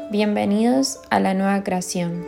Bienvenidos a la nueva creación.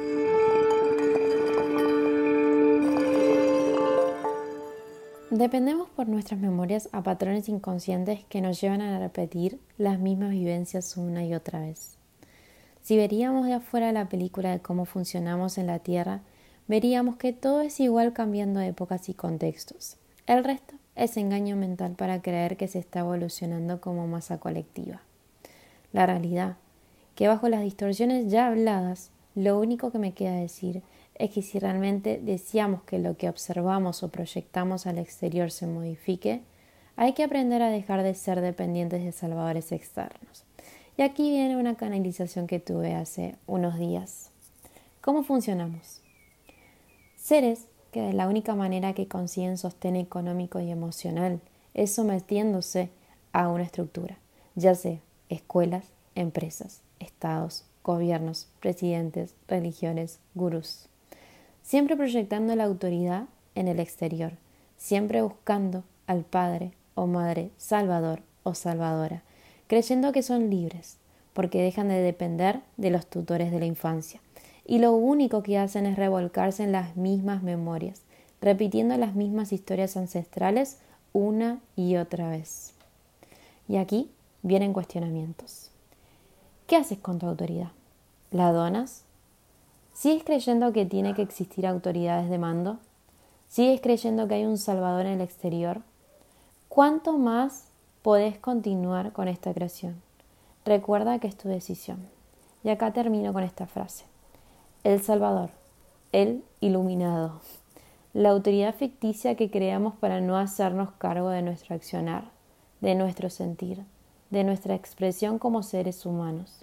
Dependemos por nuestras memorias a patrones inconscientes que nos llevan a repetir las mismas vivencias una y otra vez. Si veríamos de afuera la película de cómo funcionamos en la Tierra, veríamos que todo es igual cambiando épocas y contextos. El resto es engaño mental para creer que se está evolucionando como masa colectiva. La realidad, que bajo las distorsiones ya habladas, lo único que me queda decir es que si realmente deseamos que lo que observamos o proyectamos al exterior se modifique, hay que aprender a dejar de ser dependientes de salvadores externos. Y aquí viene una canalización que tuve hace unos días. ¿Cómo funcionamos? Seres que de la única manera que consiguen sostén económico y emocional es sometiéndose a una estructura, ya sea escuelas, empresas, estados, gobiernos, presidentes, religiones, gurús. Siempre proyectando la autoridad en el exterior, siempre buscando al padre o madre salvador o salvadora, creyendo que son libres, porque dejan de depender de los tutores de la infancia. Y lo único que hacen es revolcarse en las mismas memorias, repitiendo las mismas historias ancestrales una y otra vez. Y aquí vienen cuestionamientos. ¿Qué haces con tu autoridad? ¿La donas? ¿Sigues creyendo que tiene que existir autoridades de mando? ¿Sigues creyendo que hay un salvador en el exterior? ¿Cuánto más podés continuar con esta creación? Recuerda que es tu decisión. Y acá termino con esta frase. El Salvador, el iluminado, la autoridad ficticia que creamos para no hacernos cargo de nuestro accionar, de nuestro sentir, de nuestra expresión como seres humanos.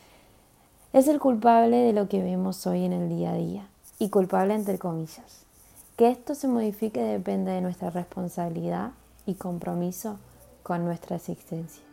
Es el culpable de lo que vemos hoy en el día a día, y culpable entre comillas. Que esto se modifique depende de nuestra responsabilidad y compromiso con nuestra existencia.